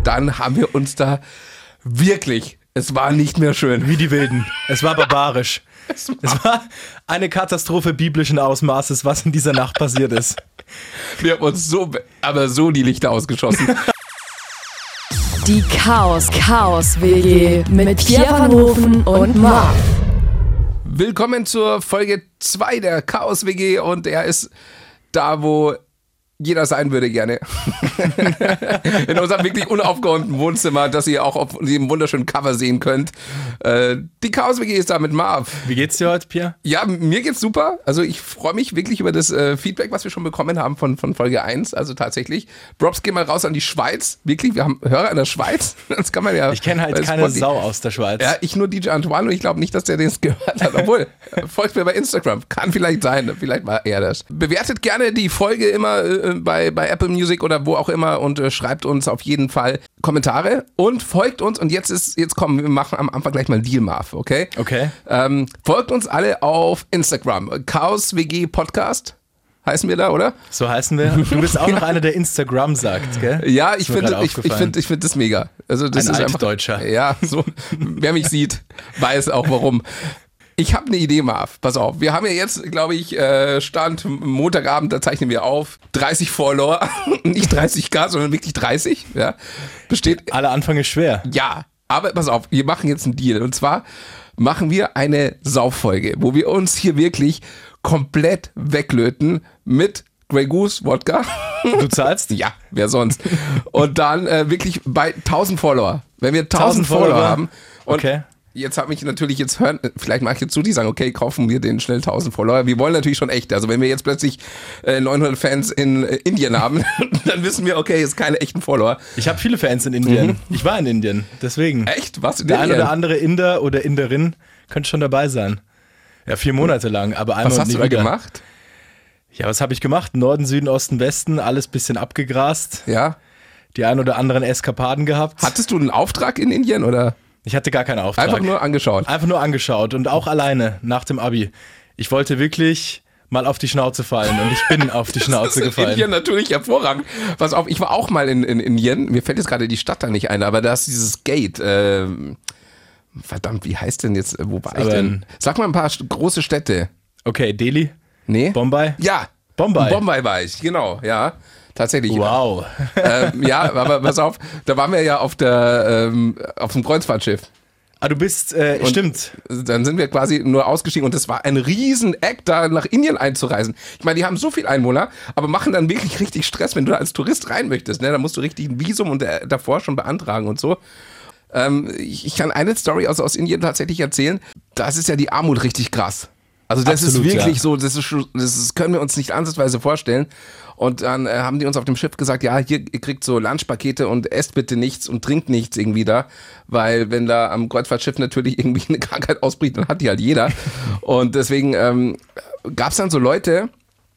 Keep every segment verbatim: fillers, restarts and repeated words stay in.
dann haben wir uns da wirklich, es war nicht mehr schön. Wie die Wilden. Es war barbarisch. Es war, es war eine Katastrophe biblischen Ausmaßes, was in dieser Nacht passiert ist. Wir haben uns so, aber so die Lichter ausgeschossen. Die Chaos Chaos W G mit Pierre van Hofen und Marv. Willkommen zur Folge zwei der Chaos W G und er ist da, wo jeder sein würde gerne. In unserem wirklich unaufgeräumten Wohnzimmer, das ihr auch auf diesem wunderschönen Cover sehen könnt. Äh, die Chaos W G ist da mit Marv. Wie geht's dir heute, Pierre? Ja, mir geht's super. Also ich freue mich wirklich über das äh, Feedback, was wir schon bekommen haben von, von Folge eins. Also tatsächlich. Props gehen mal raus an die Schweiz. Wirklich, wir haben Hörer in der Schweiz. Das kann man ja. Ich kenne halt keine Spotify. Sau aus der Schweiz. Ja, ich nur D J Antoine und ich glaube nicht, dass der das gehört hat. Obwohl, folgt mir bei Instagram. Kann vielleicht sein. Vielleicht war er das. Bewertet gerne die Folge immer äh, bei, bei Apple Music oder wo auch immer und äh, schreibt uns auf jeden Fall Kommentare und folgt uns. Und jetzt ist, jetzt kommen wir machen am Anfang gleich mal einen Deal, Marv, okay? Okay. Ähm, folgt uns alle auf Instagram. Chaos W G Podcast heißen wir da, oder? So heißen wir. Du bist auch noch einer, der Instagram sagt, gell? Ja, ich finde ich, ich find, ich find das mega. Also das Ein ist Altdeutscher. Einfach, ja, so, wer mich sieht, weiß auch warum. Ich habe eine Idee, Marv. Pass auf, wir haben ja jetzt, glaube ich, äh, Stand Montagabend, da zeichnen wir auf, dreißig Follower, nicht dreißig K, sondern wirklich dreißig. Ja, besteht. Aller Anfang ist schwer. Ja, aber pass auf, wir machen jetzt einen Deal. Und zwar machen wir eine Sauffolge, wo wir uns hier wirklich komplett weglöten mit Grey Goose Wodka. Du zahlst? Ja, wer sonst. Und dann äh, wirklich bei tausend Follower. Wenn wir tausend, tausend Follower, Follower haben. Und okay. Jetzt habe ich natürlich jetzt hören, vielleicht mache ich jetzt zu, die sagen, okay, kaufen wir den schnell tausend Follower. Wir wollen natürlich schon echt. Also wenn wir jetzt plötzlich äh, neunhundert Fans in äh, Indien haben, dann wissen wir, okay, ist keine echten Follower. Ich habe viele Fans in Indien. Mhm. Ich war in Indien, deswegen. Echt? Was in Der Indien? ein oder andere Inder oder Inderin könnte schon dabei sein. Ja, vier Monate lang, aber einmal Was und hast nie du da wieder. gemacht? Ja, was habe ich gemacht? Norden, Süden, Osten, Westen, alles bisschen abgegrast. Ja. Die ein oder anderen Eskapaden gehabt. Hattest du einen Auftrag in Indien oder? Ich hatte gar keinen Auftrag. Einfach nur angeschaut. Einfach nur angeschaut und auch alleine nach dem Abi. Ich wollte wirklich mal auf die Schnauze fallen und ich bin auf die Schnauze das ist gefallen. In Indien natürlich hervorragend. Pass auf, ich war auch mal in, in, in Indien. Mir fällt jetzt gerade die Stadt da nicht ein, aber da ist dieses Gate. Ähm, verdammt, wie heißt denn jetzt, wo war Aber ich denn? Sag mal ein paar st- große Städte. Okay, Delhi? Nee? Bombay? Ja. Bombay. Bombay war ich, genau, ja. Tatsächlich. Wow. Ähm, ja, aber pass auf, da waren wir ja auf der ähm, auf dem Kreuzfahrtschiff. Ah, du bist, äh, Und stimmt. Dann sind wir quasi nur ausgestiegen und das war ein Riesen-Act, da nach Indien einzureisen. Ich meine, die haben so viel Einwohner, aber machen dann wirklich richtig Stress, wenn du da als Tourist rein möchtest. Ne? Da musst du richtig ein Visum und äh, davor schon beantragen und so. Ähm, ich, ich kann eine Story aus, aus Indien tatsächlich erzählen. Das ist ja die Armut richtig krass. Also das Absolut, ist wirklich ja. so, das, ist, das ist, können wir uns nicht ansatzweise vorstellen. Und dann äh, haben die uns auf dem Schiff gesagt, ja, hier, ihr kriegt so Lunchpakete und esst bitte nichts und trinkt nichts irgendwie da, weil wenn da am Kreuzfahrtschiff natürlich irgendwie eine Krankheit ausbricht, dann hat die halt jeder. Und deswegen ähm, gab es dann so Leute,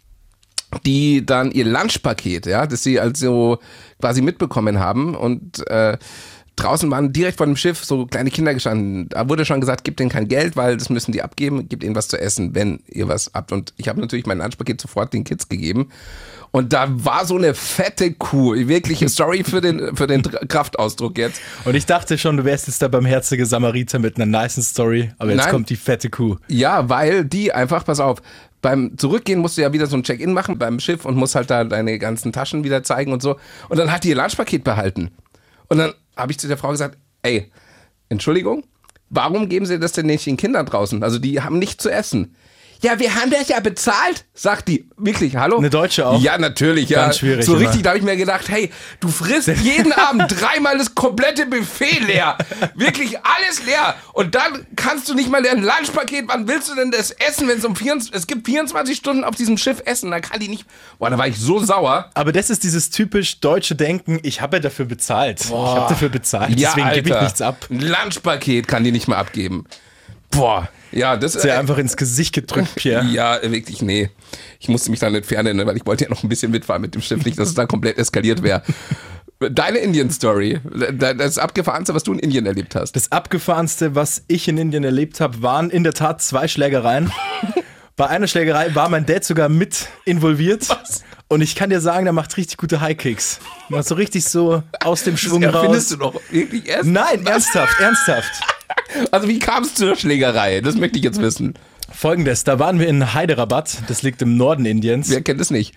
die dann ihr Lunchpaket, ja, das sie also quasi mitbekommen haben und äh, draußen waren direkt vor dem Schiff so kleine Kinder gestanden. Da wurde schon gesagt, gebt denen kein Geld, weil das müssen die abgeben. Gebt ihnen was zu essen, wenn ihr was habt. Und ich habe natürlich mein Lunchpaket sofort den Kids gegeben. Und da war so eine fette Kuh. Wirklich, sorry für den, für den Kraftausdruck jetzt. Und ich dachte schon, du wärst jetzt der barmherzige Samariter mit einer nicen Story, aber jetzt Nein. kommt die fette Kuh. Ja, weil die einfach, pass auf, beim Zurückgehen musst du ja wieder so ein Check-in machen beim Schiff und musst halt da deine ganzen Taschen wieder zeigen und so. Und dann hat die ihr Lunchpaket behalten. Und dann habe ich zu der Frau gesagt, ey, Entschuldigung, warum geben Sie das denn nicht den Kindern draußen? Also die haben nichts zu essen. Ja, wir haben das ja bezahlt, sagt die. Wirklich, hallo? Eine Deutsche auch? Ja, natürlich, ja. Ganz schwierig so immer. richtig, da habe ich mir gedacht, hey, du frisst jeden Abend dreimal das komplette Buffet leer. Wirklich alles leer. Und dann kannst du nicht mal dein Lunchpaket, wann willst du denn das essen, wenn es um vierundzwanzig, es gibt vierundzwanzig Stunden auf diesem Schiff Essen, da kann die nicht, boah, da war ich so sauer. Aber das ist dieses typisch deutsche Denken, ich habe ja dafür bezahlt. Boah. Ich habe dafür bezahlt, Ja, deswegen gebe ich Alter. nichts ab. Ein Lunchpaket kann die nicht mehr abgeben. Boah, ja, das Ist ja einfach ins Gesicht gedrückt, Pierre. Ja, wirklich, nee. Ich musste mich dann entfernen, ne, weil ich wollte ja noch ein bisschen mitfahren mit dem Schiff, nicht, dass es da komplett eskaliert wäre. Deine Indien-Story, das Abgefahrenste, was du in Indien erlebt hast. Das Abgefahrenste, was ich in Indien erlebt habe, waren in der Tat zwei Schlägereien. Bei einer Schlägerei war mein Dad sogar mit involviert. Was? Und ich kann dir sagen, der macht richtig gute Highkicks. Macht so richtig so aus dem Schwung das raus. Findest du doch wirklich erst? Nein, ernsthaft, ernsthaft. Also wie kam es zur Schlägerei? Das möchte ich jetzt wissen. Folgendes, da waren wir in Hyderabad, das liegt im Norden Indiens. Wer kennt es nicht?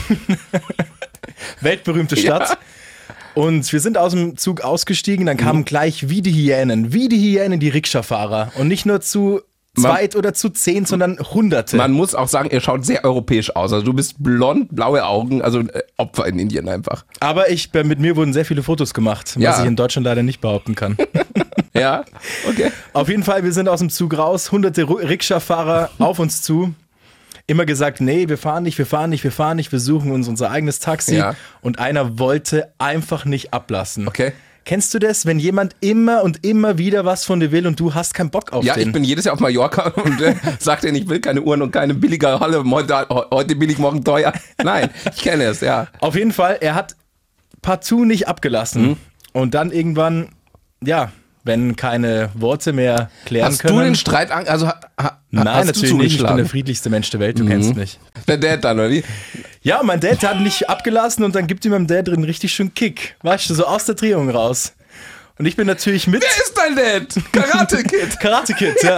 Weltberühmte Stadt. Ja. Und wir sind aus dem Zug ausgestiegen, dann kamen mhm. gleich wie die Hyänen, wie die Hyänen die Rikscha-Fahrer. Und nicht nur zu zweit man, oder zu zehn, sondern Hunderte. Man muss auch sagen, er schaut sehr europäisch aus. Also du bist blond, blaue Augen, also äh, Opfer in Indien einfach. Aber ich, mit mir wurden sehr viele Fotos gemacht, ja. was ich in Deutschland leider nicht behaupten kann. Ja, okay. Auf jeden Fall, wir sind aus dem Zug raus, hunderte Rikscha-Fahrer auf uns zu. Immer gesagt, nee, wir fahren nicht, wir fahren nicht, wir fahren nicht, wir suchen uns unser eigenes Taxi. Ja. Und einer wollte einfach nicht ablassen. Okay. Kennst du das, wenn jemand immer und immer wieder was von dir will und du hast keinen Bock auf ja, den? Ja, ich bin jedes Jahr auf Mallorca und äh, sage denen, ich will keine Uhren und keine billige Halle, heute, heute billig, morgen teuer. Nein, ich kenne es, ja. Auf jeden Fall, er hat partout nicht abgelassen. Mhm. Und dann irgendwann, ja, wenn keine Worte mehr klären hast können. Hast du den Streit an, also ha, Nein, hast natürlich du nicht. Ich bin der friedlichste Mensch der Welt, du mhm. kennst mich. Der Dad dann, oder wie? Ja, mein Dad hat nicht abgelassen und dann gibt ihm mein Dad einen richtig schönen Kick. Weißt du, so aus der Drehung raus. Und ich bin natürlich mit. Wer ist dein Dad? Karate Kid. Karate Kid, ja.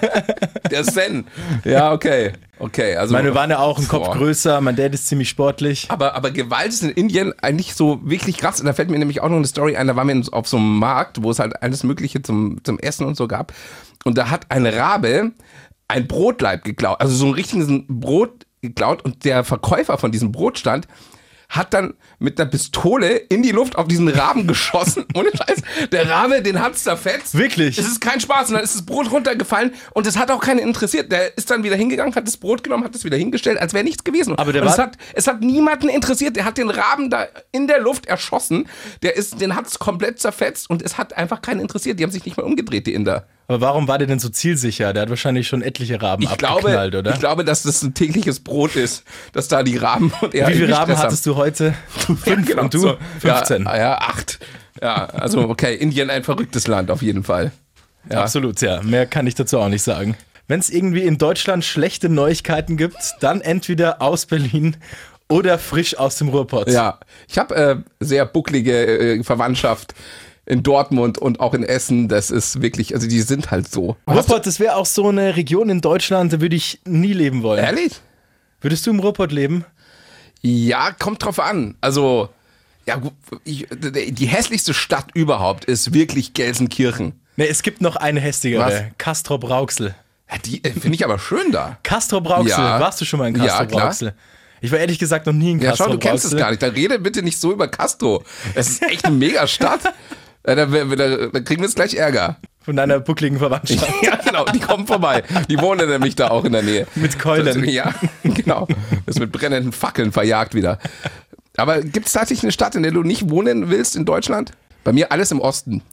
Der Zen. Ja, okay. Okay, also. Meine, wir waren ja auch ein Kopf boah. größer, mein Dad ist ziemlich sportlich. Aber, aber Gewalt ist in Indien eigentlich so wirklich krass. Und da fällt mir nämlich auch noch eine Story ein, da waren wir auf so einem Markt, wo es halt alles Mögliche zum, zum Essen und so gab. Und da hat ein Rabe ein Brotleib geklaut, also so ein richtiges Brot geklaut. Und der Verkäufer von diesem Brotstand hat dann mit einer Pistole in die Luft auf diesen Raben geschossen. Ohne Scheiß. Der Rabe, den hat's zerfetzt. Wirklich? Es ist kein Spaß. Und dann ist das Brot runtergefallen und das hat auch keinen interessiert. Der ist dann wieder hingegangen, hat das Brot genommen, hat es wieder hingestellt, als wäre nichts gewesen. Aber der und war es hat, es hat niemanden interessiert. Der hat den Raben da in der Luft erschossen. Der ist, den hat's komplett zerfetzt und es hat einfach keinen interessiert. Die haben sich nicht mal umgedreht, die Inder. Aber warum war der denn so zielsicher? Der hat wahrscheinlich schon etliche Raben ich abgeknallt, glaube, oder? Ich glaube, dass das ein tägliches Brot ist, dass da die Raben und er. Wie viele Raben hattest du heute? Fünf ja, genau, und du? So. fünfzehn. Ja, ja, acht. Ja, also okay, Indien ein verrücktes Land auf jeden Fall. Ja. Absolut, ja. Mehr kann ich dazu auch nicht sagen. Wenn es irgendwie in Deutschland schlechte Neuigkeiten gibt, dann entweder aus Berlin oder frisch aus dem Ruhrpott. Ja, ich habe äh, sehr bucklige äh, Verwandtschaft in Dortmund und auch in Essen. Das ist wirklich, also die sind halt so. Ruhrpott, das wäre auch so eine Region in Deutschland, da würde ich nie leben wollen. Ehrlich? Würdest du im Ruhrpott leben? Ja, kommt drauf an. Also, ja, ich, die hässlichste Stadt überhaupt ist wirklich Gelsenkirchen. Ne, es gibt noch eine hässlichere. Was? Castrop-Rauxel. Ja, die äh, finde ich aber schön da. Castrop-Rauxel, ja. Warst du schon mal in Castrop-Rauxel? Ja, ich war ehrlich gesagt noch nie in Castrop-Rauxel. Ja, schau, du kennst es gar nicht. Da rede bitte nicht so über Castro. Es ist echt eine Mega-Stadt. Da, da, da, da kriegen wir jetzt gleich Ärger. Von deiner buckligen Verwandtschaft. Ja, genau, die kommen vorbei. Die wohnen nämlich da auch in der Nähe. Mit Keulen. Ja, genau. Das mit brennenden Fackeln verjagt wieder. Aber gibt es tatsächlich eine Stadt, in der du nicht wohnen willst in Deutschland? Bei mir alles im Osten.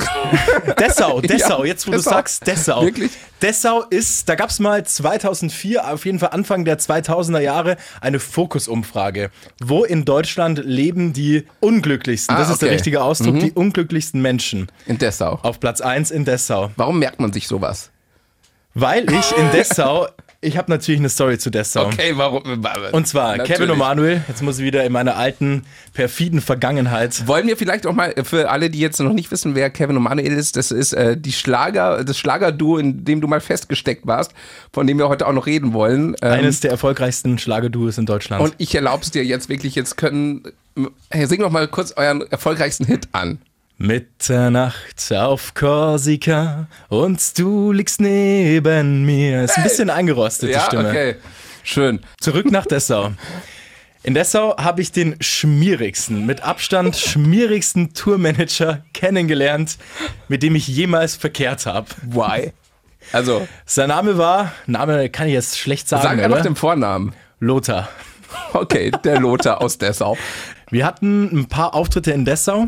Dessau, Dessau, ja, jetzt wo Dessau. du sagst, Dessau. Wirklich? Dessau ist, da gab es mal zweitausendvier, auf jeden Fall Anfang der zweitausender Jahre, eine Fokusumfrage. Wo in Deutschland leben die unglücklichsten, ah, das ist okay. der richtige Ausdruck, mhm. die unglücklichsten Menschen? In Dessau. Auf Platz eins in Dessau. Warum merkt man sich sowas? Weil ich in Dessau, ich habe natürlich eine Story zu Dessau. Okay, warum? Und zwar natürlich. Kevin Emanuel, jetzt muss ich wieder in meiner alten, perfiden Vergangenheit. Wollen wir vielleicht auch mal, für alle, die jetzt noch nicht wissen, wer Kevin Emanuel ist, das ist äh, die Schlager, das Schlagerduo, in dem du mal festgesteckt warst, von dem wir heute auch noch reden wollen. Ähm, Eines der erfolgreichsten Schlagerduos in Deutschland. Und ich erlaube es dir jetzt wirklich, jetzt können, hey, sing noch mal kurz euren erfolgreichsten Hit an. Mitternacht auf Korsika und du liegst neben mir. Ist ein bisschen eingerostet, ja, die Stimme. Okay, schön. Zurück nach Dessau. In Dessau habe ich den schmierigsten, mit Abstand schmierigsten Tourmanager kennengelernt, mit dem ich jemals verkehrt habe. Why? Also, sein Name war, Name kann ich jetzt schlecht sagen, sag einfach oder? den Vornamen. Lothar. Okay, der Lothar aus Dessau. Wir hatten ein paar Auftritte in Dessau.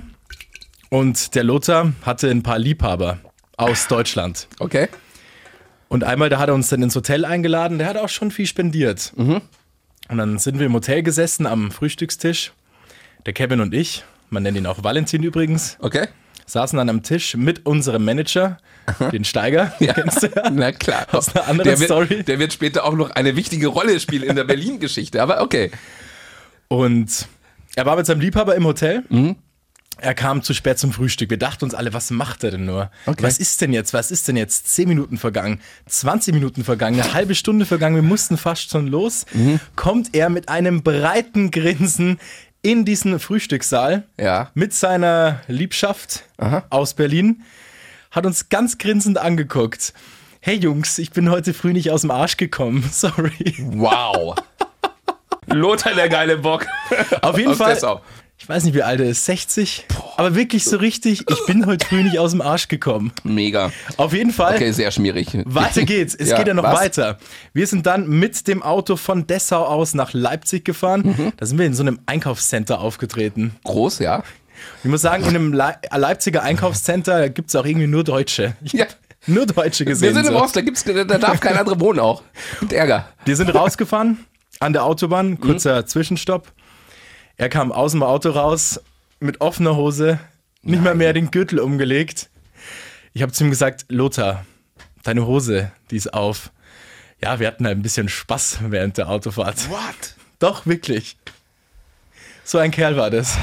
Und der Lothar hatte ein paar Liebhaber aus Deutschland. Okay. Und einmal, da hat er uns dann ins Hotel eingeladen, der hat auch schon viel spendiert. Mhm. Und dann sind wir im Hotel gesessen am Frühstückstisch. Der Kevin und ich, man nennt ihn auch Valentin übrigens, okay. saßen dann am Tisch mit unserem Manager, den Steiger. Ja. Kennst du ja? Na klar. Aus einer anderen der wird, Story. Der wird später auch noch eine wichtige Rolle spielen in der Berlin-Geschichte, aber okay. Und er war mit seinem Liebhaber im Hotel. Mhm. Er kam zu spät zum Frühstück. Wir dachten uns alle, was macht er denn nur? Okay. Was ist denn jetzt? Was ist denn jetzt? Zehn Minuten vergangen, zwanzig Minuten vergangen, eine halbe Stunde vergangen. Wir mussten fast schon los. Mhm. Kommt er mit einem breiten Grinsen in diesen Frühstückssaal Ja. mit seiner Liebschaft Aha. aus Berlin, hat uns ganz grinsend angeguckt. Hey Jungs, ich bin heute früh nicht aus dem Arsch gekommen. Sorry. Wow. Lothar, der geile Bock. Auf jeden Aus Fall. Dessau. Ich weiß nicht, wie alt er ist, sechzig, aber wirklich so richtig, ich bin heute früh nicht aus dem Arsch gekommen. Mega. Auf jeden Fall, Okay, sehr schmierig. weiter geht's, es Ja, geht ja noch was? weiter. Wir sind dann mit dem Auto von Dessau aus nach Leipzig gefahren, Mhm. da sind wir in so einem Einkaufscenter aufgetreten. Groß, ja. Ich muss sagen, in einem Le Leipziger Einkaufscenter gibt es auch irgendwie nur Deutsche. Ich Ja. hab nur Deutsche Wir gesehen. sind im so. Osten, da, gibt's, da darf kein anderer wohnen auch. Und Ärger. Wir sind rausgefahren an der Autobahn, kurzer Mhm. Zwischenstopp. Er kam aus dem Auto raus mit offener Hose, nicht mal mehr den Gürtel umgelegt. Ich habe zu ihm gesagt, Lothar, deine Hose, die ist auf. Ja, wir hatten ein bisschen Spaß während der Autofahrt. What? Doch, wirklich. So ein Kerl war das.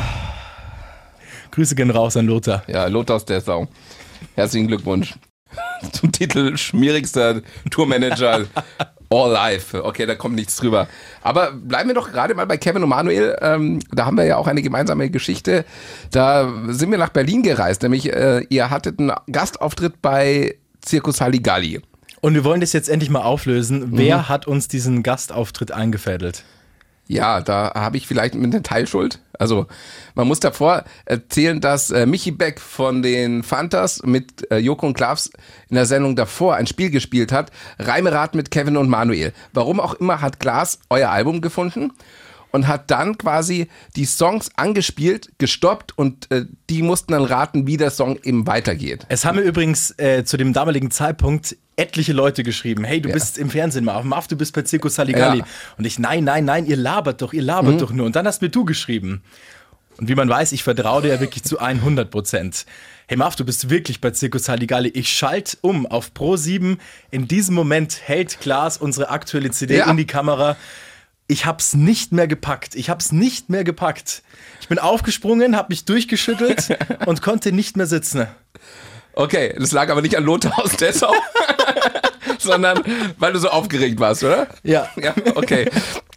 Grüße gehen raus an Lothar. Ja, Lothar aus Dessau. Herzlichen Glückwunsch zum Titel schmierigster Tourmanager all life. Okay, da kommt nichts drüber. Aber bleiben wir doch gerade mal bei Kevin und Manuel. Ähm, da haben wir ja auch eine gemeinsame Geschichte. Da sind wir nach Berlin gereist. Nämlich, äh, ihr hattet einen Gastauftritt bei Circus Halligalli. Und wir wollen das jetzt endlich mal auflösen. Wer hat uns diesen Gastauftritt eingefädelt? Ja, da habe ich vielleicht mit einer Teilschuld. Also man muss davor erzählen, dass äh, Michi Beck von den Fantas mit äh, Joko und Klaas in der Sendung davor ein Spiel gespielt hat. Reimerat mit Kevin und Manuel. Warum auch immer hat Klaas euer Album gefunden und hat dann quasi die Songs angespielt, gestoppt und äh, die mussten dann raten, wie der Song eben weitergeht. Es haben mir übrigens äh, zu dem damaligen Zeitpunkt etliche Leute geschrieben, hey, du Ja. bist im Fernsehen, Marv, Marv, du bist bei Circus Halligalli. Ja. Und ich, nein, nein, nein, ihr labert doch, ihr labert Mhm. doch nur. Und dann hast mir du geschrieben. Und wie man weiß, ich vertraue dir ja wirklich zu hundert Prozent. Hey Marv, du bist wirklich bei Circus Halligalli. Ich schalte um auf Pro sieben. In diesem Moment hält Klaas unsere aktuelle C D Ja. in die Kamera. Ich hab's nicht mehr gepackt. Ich hab's nicht mehr gepackt. Ich bin aufgesprungen, hab mich durchgeschüttelt und konnte nicht mehr sitzen. Okay, das lag aber nicht an Lothar aus Dessau, sondern weil du so aufgeregt warst, oder? Ja. Ja, okay.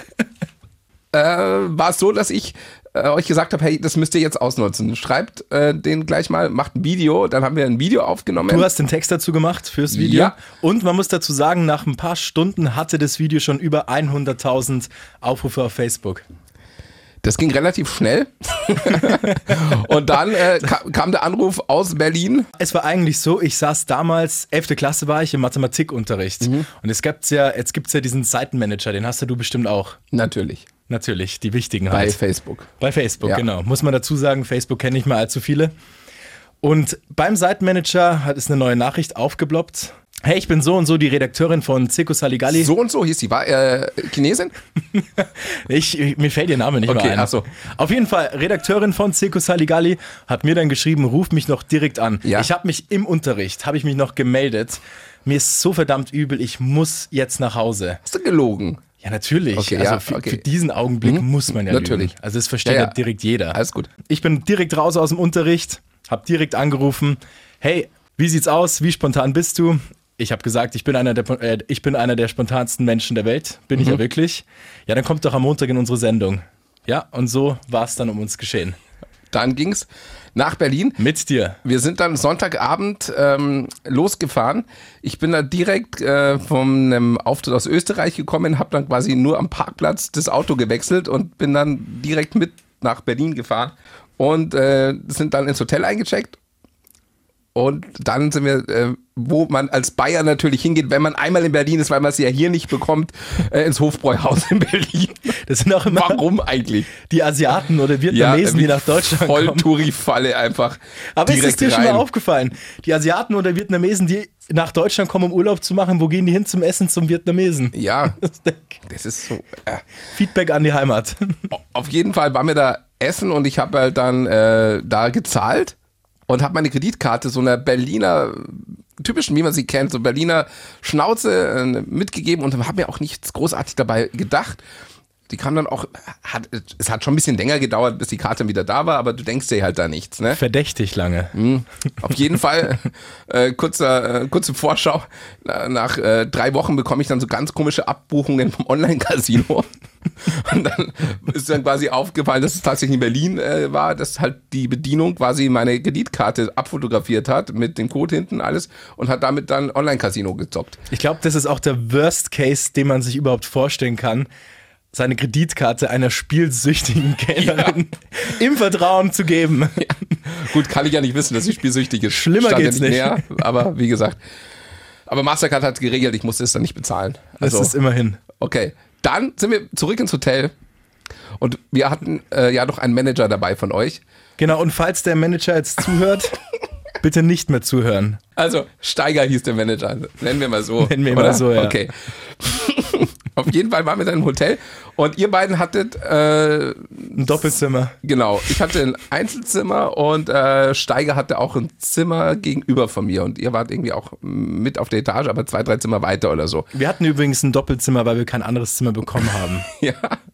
äh, war es so, dass ich äh, euch gesagt habe, hey, das müsst ihr jetzt ausnutzen. Schreibt äh, den gleich mal, macht ein Video, dann haben wir ein Video aufgenommen. Du hast den Text dazu gemacht fürs Video. Ja. Und man muss dazu sagen, nach ein paar Stunden hatte das Video schon über hunderttausend Aufrufe auf Facebook. Das ging relativ schnell. Und dann äh, kam, kam der Anruf aus Berlin. Es war eigentlich so, ich saß damals, elfte Klasse war ich im Mathematikunterricht. Mhm. Und es gibt's ja, jetzt gibt's ja diesen Seitenmanager, den hast ja du bestimmt auch. Natürlich. Natürlich, die wichtigen Bei halt. Facebook. Bei Facebook, Ja. genau. Muss man dazu sagen, Facebook kenne ich mal allzu viele. Und beim Seitenmanager hat es eine neue Nachricht aufgeploppt. Hey, ich bin so und so die Redakteurin von Circus Halligalli. So und so hieß sie. War äh, Chinesin? Ich, ich, mir fällt ihr Name nicht Okay, mehr ein. ach so. Auf jeden Fall, Redakteurin von Circus Halligalli hat mir dann geschrieben, ruf mich noch direkt an. Ja. Ich habe mich im Unterricht, habe ich mich noch gemeldet. Mir ist so verdammt übel, ich muss jetzt nach Hause. Hast du gelogen? Ja, natürlich. Okay, also ja, für, okay. für diesen Augenblick Mhm. muss man ja Natürlich. lügen. Also das versteht Ja, ja, ja. direkt jeder. Alles gut. Ich bin direkt raus aus dem Unterricht, habe direkt angerufen. Hey, wie sieht's aus? Wie spontan bist du? Ich habe gesagt, ich bin einer der äh, ich bin einer der spontansten Menschen der Welt. Bin ich ja wirklich. Ja, dann kommt doch am Montag in unsere Sendung. Ja, und so war es dann um uns geschehen. Dann ging's nach Berlin. Mit dir. Wir sind dann Sonntagabend ähm, losgefahren. Ich bin dann direkt äh, von einem Auftritt aus Österreich gekommen, habe dann quasi nur am Parkplatz das Auto gewechselt und bin dann direkt mit nach Berlin gefahren und äh, sind dann ins Hotel eingecheckt. Und dann sind wir, äh, wo man als Bayer natürlich hingeht, wenn man einmal in Berlin ist, weil man es ja hier nicht bekommt, äh, ins Hofbräuhaus in Berlin. Das sind auch immer Warum eigentlich? die Asiaten oder Vietnamesen, die nach Deutschland voll kommen. Touri-Falle einfach. Aber ist es direkt dir schon mal rein. aufgefallen? Die Asiaten oder Vietnamesen, die nach Deutschland kommen, um Urlaub zu machen, wo gehen die hin zum Essen? Zum Vietnamesen. Ja, das ist so. Äh. Feedback an die Heimat. Auf jeden Fall waren wir da essen und ich habe halt dann äh, da gezahlt und habe meine Kreditkarte so einer Berliner, typischen, wie man sie kennt, so Berliner Schnauze äh, mitgegeben und habe mir auch nichts großartig dabei gedacht. die kam dann auch, hat, es hat schon ein bisschen länger gedauert, bis die Karte wieder da war, aber du denkst dir halt da nichts, ne? Verdächtig lange. Mhm. Auf jeden Fall, äh, kurzer, äh, kurze Vorschau, nach äh, drei Wochen bekomme ich dann so ganz komische Abbuchungen vom Online-Casino. Und dann ist dann quasi aufgefallen, dass es tatsächlich in Berlin äh, war, dass halt die Bedienung quasi meine Kreditkarte abfotografiert hat mit dem Code hinten alles und hat damit dann Online-Casino gezockt. Ich glaube, das ist auch der Worst Case, den man sich überhaupt vorstellen kann, seine Kreditkarte einer spielsüchtigen Kellnerin ja. im Vertrauen zu geben. Ja. Gut, kann ich ja nicht wissen, dass sie spielsüchtig ist. Schlimmer Stand geht's ja nicht nicht. mehr, aber wie gesagt. Aber Mastercard hat geregelt, ich musste es dann nicht bezahlen. Also, das ist immerhin. Okay. Dann sind wir zurück ins Hotel und wir hatten äh, ja noch einen Manager dabei von euch. Genau, und falls der Manager jetzt zuhört, bitte nicht mehr zuhören. Also, Steiger hieß der Manager, nennen wir mal so. Nennen wir oder? mal so, ja. Okay. Auf jeden Fall waren wir dann im Hotel und ihr beiden hattet äh, ein Doppelzimmer. Genau, ich hatte ein Einzelzimmer und äh, Steiger hatte auch ein Zimmer gegenüber von mir und ihr wart irgendwie auch mit auf der Etage, aber zwei, drei Zimmer weiter oder so. Wir hatten übrigens ein Doppelzimmer, weil wir kein anderes Zimmer bekommen haben. Ja.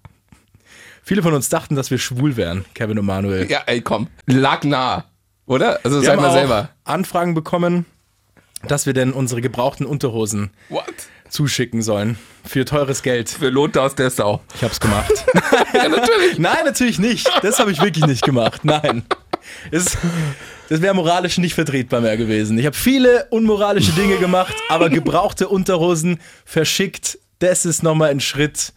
Viele von uns dachten, dass wir schwul wären, Kevin und Manuel. Ja, ey, komm, lag nah, oder? Also wir sag haben mal auch selber. Anfragen bekommen, dass wir denn unsere gebrauchten Unterhosen What? zuschicken sollen. Für teures Geld. Für Lothar aus der Sau. Ich hab's gemacht. Ja, natürlich. Nein, natürlich nicht. Das habe ich wirklich nicht gemacht. Nein. Es, das wäre moralisch nicht vertretbar mehr gewesen. Ich habe viele unmoralische Dinge gemacht, aber gebrauchte Unterhosen verschickt, das ist nochmal ein Schritt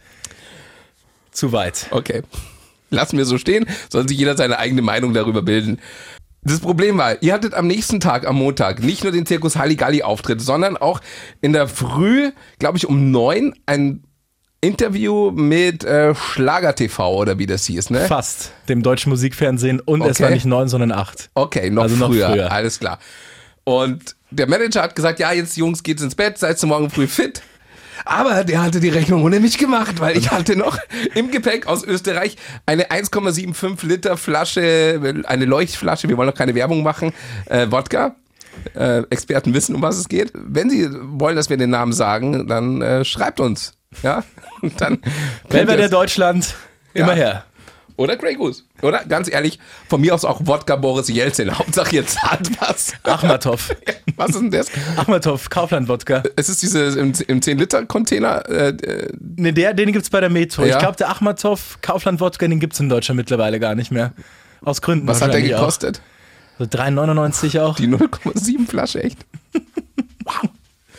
zu weit. Okay. Lassen wir so stehen, soll sich jeder seine eigene Meinung darüber bilden. Das Problem war, ihr hattet am nächsten Tag, am Montag, nicht nur den Zirkus Halligalli-Auftritt, sondern auch in der Früh, glaube ich, um neun ein Interview mit äh, Schlager T V oder wie das hieß, ne? Fast, dem deutschen Musikfernsehen und Okay. es war nicht neun, sondern acht. Okay, noch, Also noch früher, früher. alles klar. Und der Manager hat gesagt, ja, jetzt Jungs, geht's ins Bett, seid ihr morgen früh fit. Aber der hatte die Rechnung ohne mich gemacht, weil ich hatte noch im Gepäck aus Österreich eine eins Komma fünfundsiebzig Liter Flasche, eine Leuchtflasche, wir wollen noch keine Werbung machen, äh, Wodka. Äh, Experten wissen, um was es geht. Wenn Sie wollen, dass wir den Namen sagen, dann äh, schreibt uns. Ja? Und dann Belvedere Deutschland, Ja. immer her. Oder Grey Goose. Oder ganz ehrlich, von mir aus auch Wodka Boris Jelzin. Hauptsache ihr zahlt was. Achmatov. Was ist denn das? Achmatov, Kaufland-Wodka. Es ist diese im, im zehn Liter Container. Äh, äh, Ne, der, den gibt's bei der Metro. Ja. Ich glaube, der Achmatov, Kaufland-Wodka, den gibt's in Deutschland mittlerweile gar nicht mehr. Aus Gründen was hat der wahrscheinlich auch. gekostet? So drei neunundneunzig auch. Die null Komma sieben Flasche, echt? Wow.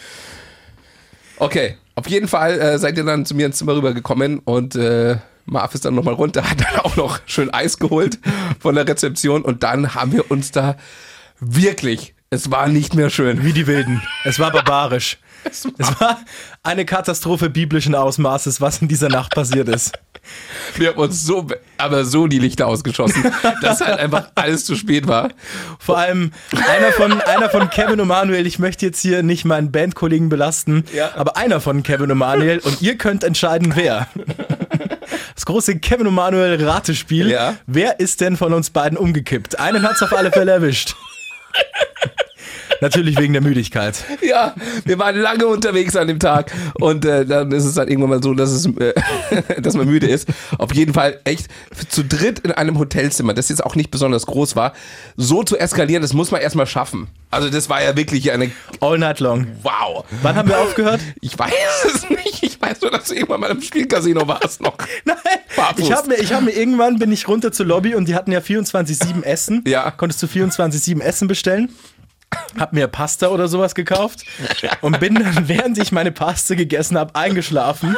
Okay, auf jeden Fall äh, seid ihr dann zu mir ins Zimmer rübergekommen und äh, Marv ist dann nochmal runter, hat dann auch noch schön Eis geholt von der Rezeption und dann haben wir uns da wirklich, es war nicht mehr schön. Wie die Wilden. Es war barbarisch. Es war, Es war eine Katastrophe biblischen Ausmaßes, was in dieser Nacht passiert ist. wir haben uns so, aber so die Lichter ausgeschossen, dass halt einfach alles zu spät war. Vor allem einer von, einer von Kevin und Manuel, ich möchte jetzt hier nicht meinen Bandkollegen belasten, Ja. aber einer von Kevin und Manuel und ihr könnt entscheiden, wer. Das große Kevin und Manuel Ratespiel. Ja. Wer ist denn von uns beiden umgekippt? Einen hat's auf alle Fälle erwischt. Natürlich wegen der Müdigkeit. Ja, wir waren lange unterwegs an dem Tag und äh, dann ist es dann irgendwann mal so, dass, es, äh, dass man müde ist. Auf jeden Fall echt zu dritt in einem Hotelzimmer, das jetzt auch nicht besonders groß war, so zu eskalieren, das muss man erstmal schaffen. Also das war ja wirklich eine, All night long. wow. Wann haben wir aufgehört? Ich weiß es nicht, ich weiß nur, dass du irgendwann mal im Spielcasino warst noch. Nein, Barfuß. ich habe mir, ich hab mir irgendwann, bin ich runter zur Lobby und die hatten ja vierundzwanzig sieben Essen. Ja. Konntest du vierundzwanzig sieben Essen bestellen. Hab mir Pasta oder sowas gekauft und bin dann, während ich meine Pasta gegessen habe, eingeschlafen.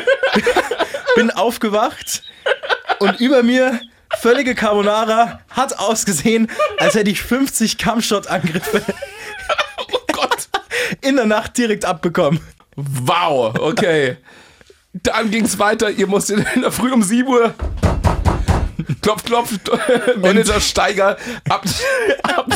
Bin aufgewacht und über mir völlige Carbonara, hat ausgesehen, als hätte ich fünfzig Kampfshot-Angriffe Oh Gott. in der Nacht direkt abbekommen. Wow, okay. Dann ging's weiter, ihr musstet in der Früh um sieben Uhr klopf, klopf, Manager Steiger ab, ab,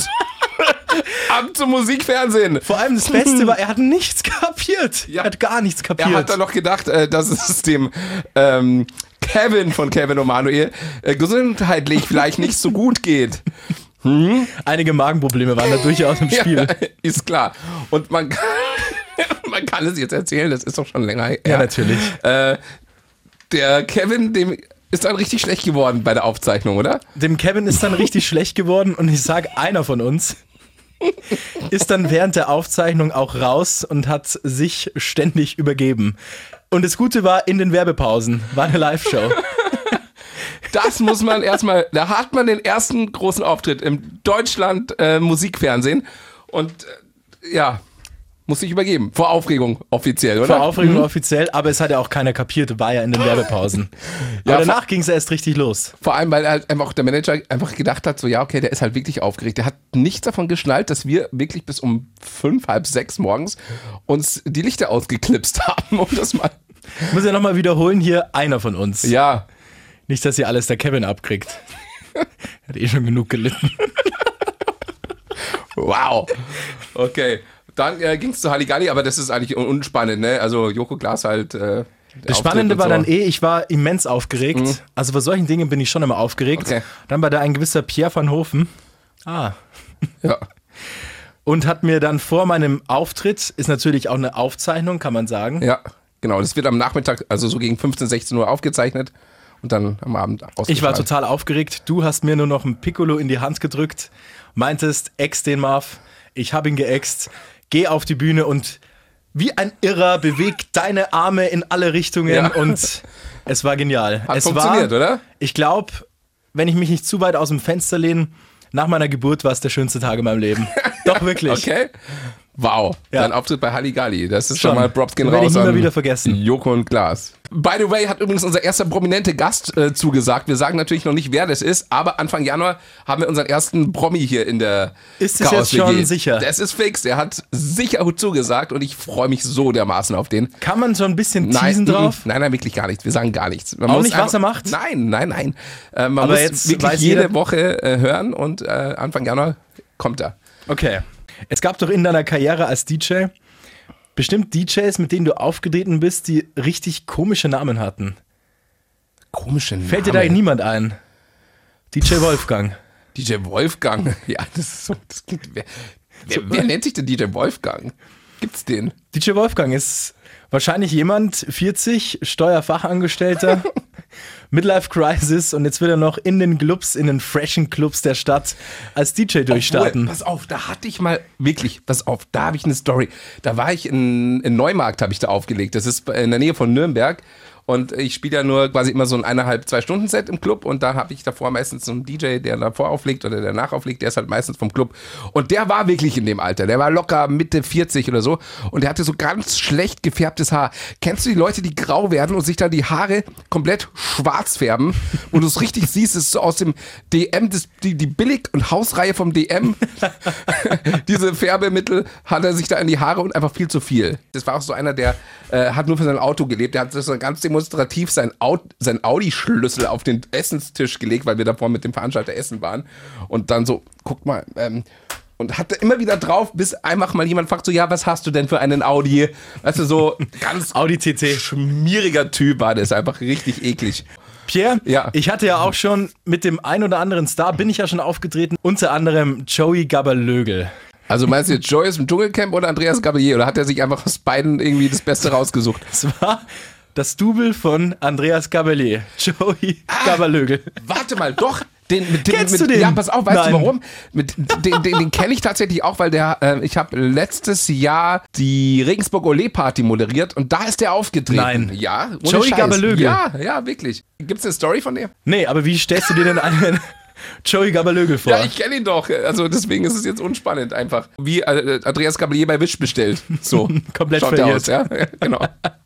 ab zum Musikfernsehen. Vor allem das Beste war, er hat nichts kapiert. Ja. Er hat gar nichts kapiert. Er hat dann noch gedacht, äh, dass es dem ähm, Kevin von Kevin und Manuel äh, gesundheitlich vielleicht nicht so gut geht. Einige Magenprobleme waren da durchaus im Spiel. Ja, ist klar. Und man kann, man kann es jetzt erzählen, das ist doch schon länger her. Ja, natürlich. Äh, Der Kevin, dem ist dann richtig schlecht geworden bei der Aufzeichnung, oder? Dem Kevin ist dann richtig schlecht geworden und ich sag, einer von uns ist dann während der Aufzeichnung auch raus und hat sich ständig übergeben. Und das Gute war, in den Werbepausen war eine Live-Show. Das muss man erstmal, da hat man den ersten großen Auftritt im Deutschland äh, Musikfernsehen und äh, ja, muss sich übergeben. Vor Aufregung offiziell, oder? Vor Aufregung Mhm. offiziell, aber es hat ja auch keiner kapiert, war ja in den Werbepausen. Ja, aber danach ging es erst richtig los. Vor allem, weil halt einfach der Manager einfach gedacht hat, so ja, okay, der ist halt wirklich aufgeregt. Der hat nichts davon geschnallt, dass wir wirklich bis um fünf, halb sechs morgens uns die Lichter ausgeklipst haben, um das mal. Ich muss ja nochmal wiederholen, hier einer von uns. Ja. Nicht, dass hier alles der Kevin abkriegt. Hat eh schon genug gelitten. Wow. Okay. Dann äh, ging es zu Halligalli, aber das ist eigentlich un- unspannend, ne? Also Joko Glas halt. Äh, Das Spannende war dann eh, ich war immens aufgeregt. Mhm. Also bei solchen Dingen bin ich schon immer aufgeregt. Okay. Dann war da ein gewisser Pierre van Hofen. Ah. Ja. Und hat mir dann vor meinem Auftritt, ist natürlich auch eine Aufzeichnung, kann man sagen. Ja, genau. Das wird am Nachmittag, also so gegen fünfzehn, sechzehn Uhr aufgezeichnet und dann am Abend ausgestrahlt. Ich war total aufgeregt. Du hast mir nur noch ein Piccolo in die Hand gedrückt, meintest, ex den Marv. Ich habe ihn geäxt. Geh auf die Bühne und wie ein Irrer bewegt deine Arme in alle Richtungen Ja. und es war genial. Hat es funktioniert, war, oder? Ich glaube, wenn ich mich nicht zu weit aus dem Fenster lehne, nach meiner Geburt war es der schönste Tag in meinem Leben. Doch, wirklich. Okay. Wow. Ja. Dein Auftritt bei Halligalli. Das ist schon, Schon. mal Props gehen Den werde raus ich nie mehr an wieder vergessen. Joko und Glas. By the way, hat übrigens unser erster prominente Gast äh, zugesagt. Wir sagen natürlich noch nicht, wer das ist, aber Anfang Januar haben wir unseren ersten Promi hier in der Ist es Chaos jetzt schon W G. sicher? Das ist fix. Der hat sicher zugesagt und ich freue mich so dermaßen auf den. Kann man so ein bisschen Nein, teasen mm, drauf? Nein, nein, wirklich gar nichts. Wir sagen gar nichts. Man Auch muss nicht, was er macht? Nein, nein, nein. Äh, man Aber muss jetzt wirklich weiß jede jeder- Woche äh, hören und äh, Anfang Januar kommt er. Okay. Es gab doch in deiner Karriere als D J bestimmt D Js, mit denen du aufgetreten bist, die richtig komische Namen hatten. Komische Name. Fällt dir da niemand ein? D J Wolfgang. D J Wolfgang. Ja, das ist so. Das klingt, wer, wer, wer nennt sich denn D J Wolfgang? Gibt's den? D J Wolfgang ist wahrscheinlich jemand, vierzig, Steuerfachangestellter, Midlife Crisis und jetzt will er noch in den Clubs, in den freshen Clubs der Stadt als D J durchstarten. Obwohl, pass auf, da hatte ich mal, wirklich, pass auf, da habe ich eine Story. Da war ich in, in Neumarkt, habe ich da aufgelegt. Das ist in der Nähe von Nürnberg. Und ich spiele ja nur quasi immer so ein eineinhalb, zwei Stunden Set im Club und da habe ich davor meistens so einen D J, der davor auflegt oder der nach auflegt, der ist halt meistens vom Club. Und der war wirklich in dem Alter, der war locker Mitte vierzig oder so und der hatte so ganz schlecht gefärbtes Haar. Kennst du die Leute, die grau werden und sich da die Haare komplett schwarz färben? Wo du es richtig siehst, ist so aus dem D M, das, die, die Billig- und Hausreihe vom D M. Diese Färbemittel hat er sich da in die Haare und einfach viel zu viel. Das war auch so einer, der äh, hat nur für sein Auto gelebt, der hat das so ganz demonstrativ sein, Aut- sein Audi-Schlüssel auf den Essenstisch gelegt, weil wir davor mit dem Veranstalter essen waren. Und dann so, guck mal, ähm, und hatte immer wieder drauf, bis einfach mal jemand fragt so, ja, was hast du denn für einen Audi? Weißt du, so ganz Audi T T. schmieriger Typ war das, einfach richtig eklig. Pierre, Ja. ich hatte ja auch schon mit dem ein oder anderen Star, bin ich ja schon aufgetreten, unter anderem Joey Gabberlögel. Also meinst du jetzt Joyce im Dschungelcamp oder Andreas Gabalier? Oder hat er sich einfach aus beiden irgendwie das Beste rausgesucht? Das war das Double von Andreas Gabalier, Joey Gabberlögel. Warte mal, doch. Den, mit dem, Kennst mit, du den? Ja, pass auf, weißt Nein. du warum? Mit, den den, den kenne ich tatsächlich auch, weil der, äh, ich habe letztes Jahr die Regensburg Olé Party moderiert und da ist der aufgetreten. Nein. Ja, ohne Joey Scheiß. Gabberlögel. Ja, ja, wirklich. Gibt's eine Story von dem? Nee, aber wie stellst du dir denn einen Joey Gabberlögel vor? Ja, ich kenne ihn doch. Also deswegen ist es jetzt unspannend einfach. Wie äh, Andreas Gabalier bei Wish bestellt. So. Komplett schaut der verirrt. aus, ja? Ja, genau.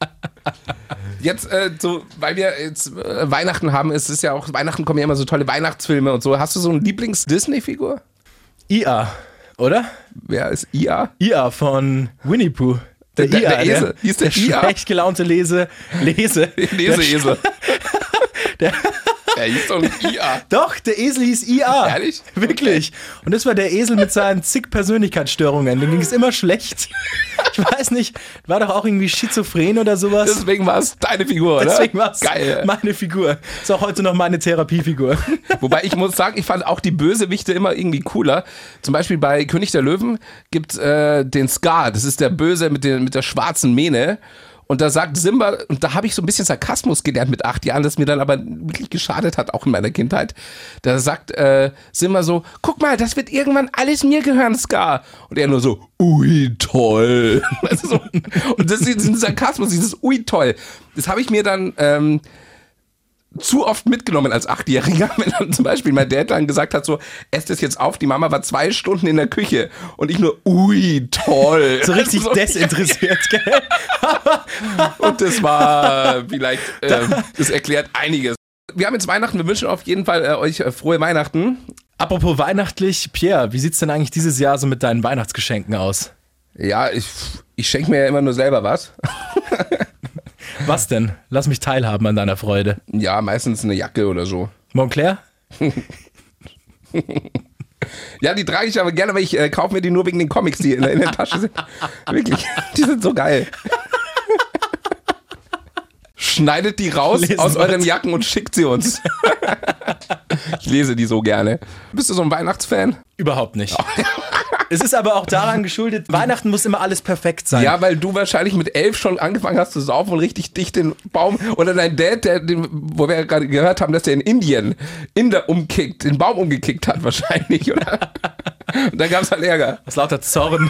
Jetzt, äh, so, weil wir jetzt äh, Weihnachten haben, es ist ja auch, Weihnachten kommen ja immer so tolle Weihnachtsfilme und so. Hast du so eine Lieblings-Disney-Figur? I A, oder? Wer ist I A? I A von Winnie Pooh. Der, Der- I A, der Esel. Der, Hieß der der I A? schlecht gelaunte Lese, Lese. Leseesel. Der, Er hieß doch nicht I A. doch, der Esel hieß I A. Ehrlich? Wirklich. Und das war der Esel mit seinen zig Persönlichkeitsstörungen. Dem ging es immer schlecht. Ich weiß nicht, war doch auch irgendwie schizophren oder sowas. Deswegen war es deine Figur, oder? Deswegen war es Geil. meine Figur. Ist auch heute noch meine Therapiefigur. Wobei ich muss sagen, ich fand auch die Bösewichte immer irgendwie cooler. Zum Beispiel bei König der Löwen gibt es äh, den Scar. Das ist der Böse mit, den, mit der schwarzen Mähne. Und da sagt Simba, und da habe ich so ein bisschen Sarkasmus gelernt mit acht Jahren, das mir dann aber wirklich geschadet hat, auch in meiner Kindheit. Da sagt äh, Simba so, guck mal, das wird irgendwann alles mir gehören, Scar. Und er nur so, ui, toll. Also so, und das ist diesen Sarkasmus, dieses ui, toll. Das habe ich mir dann ähm, zu oft mitgenommen als Achtjähriger, wenn dann zum Beispiel mein Dad dann gesagt hat, so, esst es jetzt auf, die Mama war zwei Stunden in der Küche und ich nur, ui, toll. So richtig so, desinteressiert, ja. Gell? Und das war vielleicht, äh, das erklärt einiges. Wir haben jetzt Weihnachten, wir wünschen auf jeden Fall äh, euch äh, frohe Weihnachten. Apropos weihnachtlich, Pierre, wie sieht's denn eigentlich dieses Jahr so mit deinen Weihnachtsgeschenken aus? Ja, ich, ich schenke mir ja immer nur selber was. Was denn? Lass mich teilhaben an deiner Freude. Ja, meistens eine Jacke oder so. Montclair? Ja, die trage ich aber gerne, aber ich äh, kaufe mir die nur wegen den Comics, die in, in der Tasche sind. Wirklich, die sind so geil. Schneidet die raus Lesen aus euren was. Jacken und schickt sie uns. Ich lese die so gerne. Bist du so ein Weihnachtsfan? Überhaupt nicht. Es ist aber auch daran geschuldet, Weihnachten muss immer alles perfekt sein. Ja, weil du wahrscheinlich mit elf schon angefangen hast zu saufen und richtig dicht den Baum, oder dein Dad, der, den, wo wir gerade gehört haben, dass der in Indien Inder umkickt, den Baum umgekickt hat wahrscheinlich, oder? Und dann gab es halt Ärger. Aus lauter Zorn.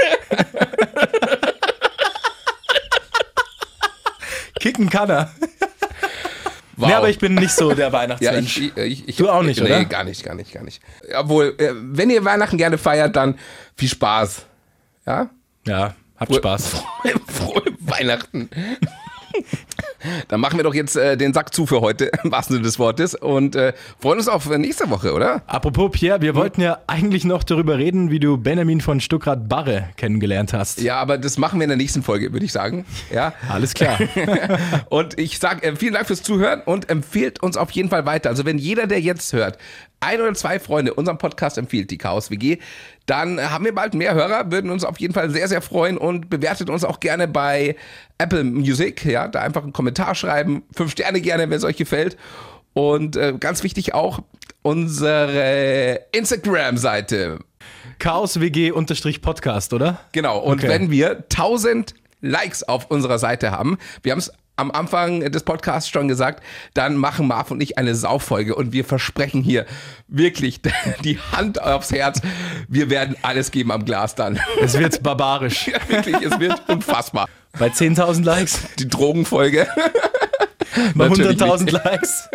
Kicken kann er. Wow. Nee, aber ich bin nicht so der Weihnachtsmensch. Ja, ich, ich, ich, du auch nicht, nee, oder? Nee, gar nicht, gar nicht, gar nicht. Obwohl, wenn ihr Weihnachten gerne feiert, dann viel Spaß. Ja? Ja, habt Frohe, Spaß. Frohe, frohe Weihnachten. Dann machen wir doch jetzt äh, den Sack zu für heute, im wahrsten Sinne des Wortes, und äh, freuen uns auf nächste Woche, oder? Apropos, Pierre, wir hm? wollten ja eigentlich noch darüber reden, wie du Benjamin von Stuckrad-Barre kennengelernt hast. Ja, aber das machen wir in der nächsten Folge, würde ich sagen. Ja? Alles klar. Und ich sage äh, vielen Dank fürs Zuhören und empfehlt uns auf jeden Fall weiter. Also wenn jeder, der jetzt hört, ein oder zwei Freunde unseren Podcast empfiehlt, die Chaos W G, dann haben wir bald mehr Hörer, würden uns auf jeden Fall sehr, sehr freuen, und bewertet uns auch gerne bei Apple Music, ja, da einfach einen Kommentar schreiben, fünf Sterne gerne, wenn es euch gefällt, und äh, ganz wichtig auch unsere Instagram-Seite. Chaos W G-Podcast, oder? Genau, und okay. Wenn wir tausend Likes auf unserer Seite haben, wir haben es am Anfang des Podcasts schon gesagt, dann machen Marv und ich eine Sauffolge, und wir versprechen hier wirklich die Hand aufs Herz, wir werden alles geben am Glas dann. Es wird barbarisch. Ja, wirklich, es wird unfassbar. Bei zehntausend Likes? Die Drogenfolge. Bei hunderttausend Likes?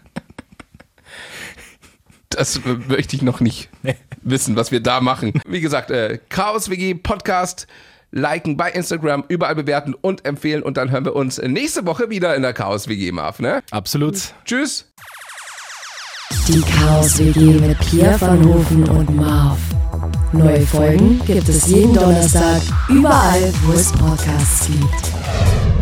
Das möchte ich noch nicht nee. wissen, was wir da machen. Wie gesagt, äh, Chaos W G Podcast, liken bei Instagram, überall bewerten und empfehlen, und dann hören wir uns nächste Woche wieder in der Chaos W G, Marv, ne? Absolut. Tschüss. Die Chaos W G mit Pierre van Hofen und Marv. Neue Folgen gibt es jeden Donnerstag, überall, wo es Podcasts gibt.